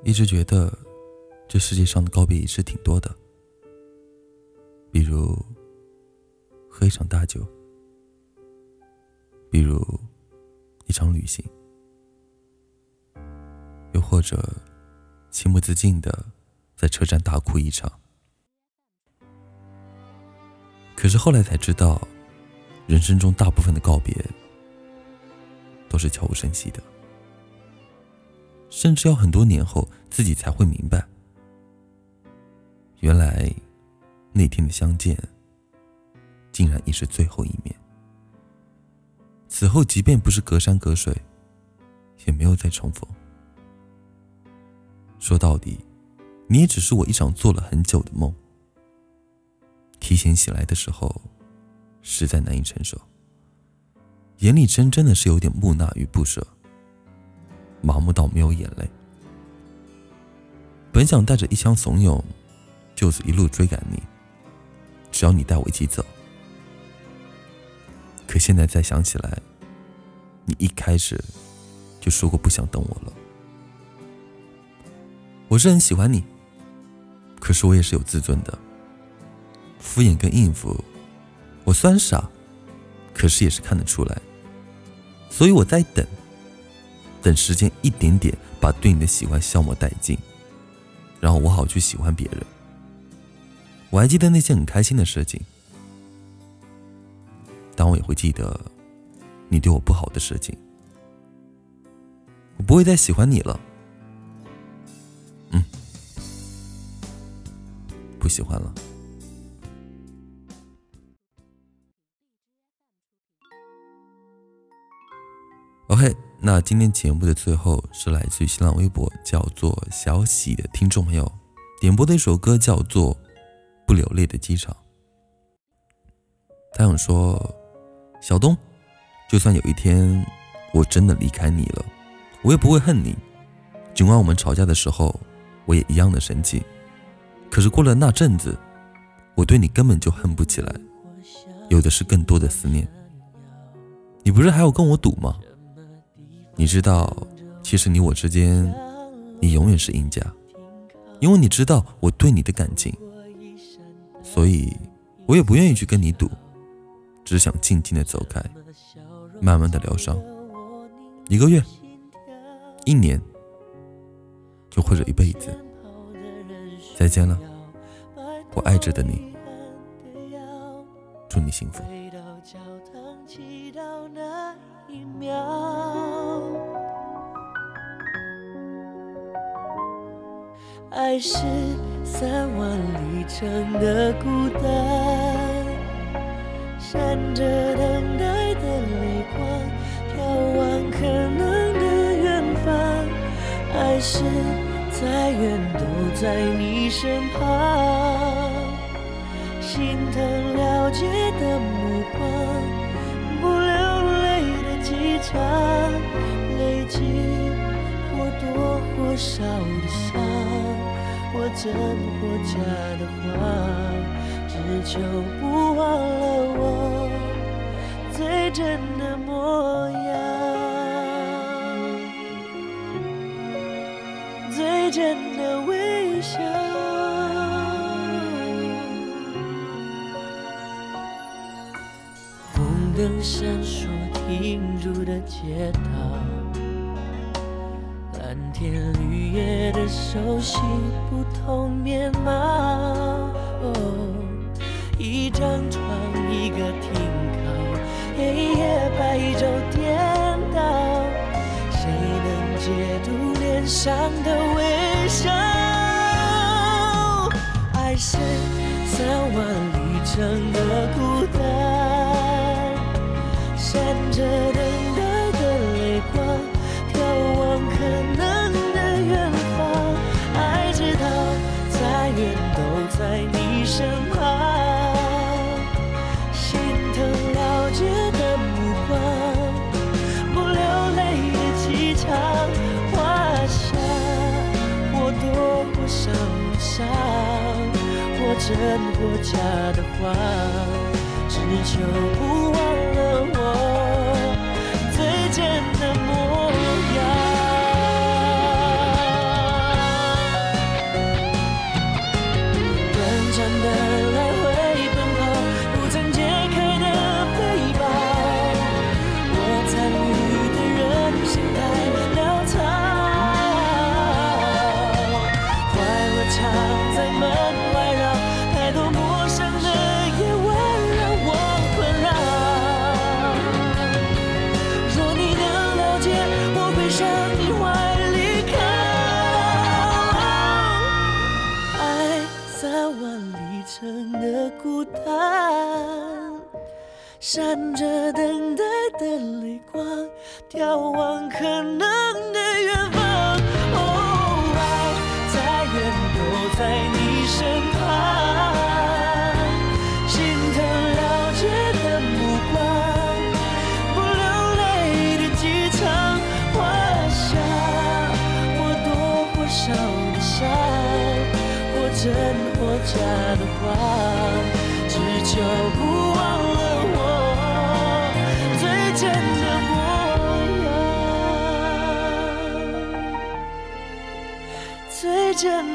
一直觉得这世界上的告别仪式挺多的，比如喝一场大酒，比如一场旅行，又或者情不自禁的在车站大哭一场。可是后来才知道，人生中大部分的告别都是悄无声息的，甚至要很多年后自己才会明白，原来那天的相见竟然已是最后一面。此后即便不是隔山隔水，也没有再重逢。说到底，你也只是我一场做了很久的梦，提前醒来的时候实在难以承受，眼里真的是有点木讷与不舍，麻木到没有眼泪。本想带着一腔怂恿就此一路追赶你，只要你带我一起走，可现在再想起来，你一开始就说过不想等我了。我是很喜欢你，可是我也是有自尊的，敷衍跟应付我虽然傻，可是也是看得出来，所以我在等时间一点点把对你的喜欢消磨殆尽，然后我好去喜欢别人。我还记得那些很开心的事情，但我也会记得你对我不好的事情。我不会再喜欢你了，不喜欢了。OK， 那今天节目的最后是来自于新浪微博叫做小喜的听众朋友点播的一首歌，叫做不流泪的机场。他想说，小东，就算有一天我真的离开你了，我也不会恨你，尽管我们吵架的时候我也一样的生气，可是过了那阵子，我对你根本就恨不起来，有的是更多的思念。你不是还有跟我赌吗？你知道，其实你我之间，你永远是赢家，因为你知道我对你的感情，所以我也不愿意去跟你赌，只想静静的走开，慢慢的疗伤，1个月、1年，又或者一辈子。再见了，我爱着的你，祝你幸福。 爱是3万里程的孤单，闪着等待的泪光，眺望可能的远方。爱是再远都在你身旁，心疼了解的目光，不流泪的机场，累积或多或少的伤，或真或假的话，只求不忘了我最真的模样，最真的微笑。红灯闪烁停住的街道，蓝天绿叶的熟悉不同面貌，一张床一个停靠，黑夜白昼颠倒，谁能解读脸上的微笑？爱是3万里程的孤单，闪着等待的泪光，眺望可能的远方。爱知道再远都在你身旁，心疼了解的目光，不流泪的机场，画下或多或少的伤，或真或假的话，只求不忘了我最真的模样。 闪着等待的泪光，眺望可能的远方。哦，爱在远都在你身旁，心疼了解的目光，不流泪的机场，画下或多或少的伤，或真或假的谎，只求不忘了我最真的模样，最真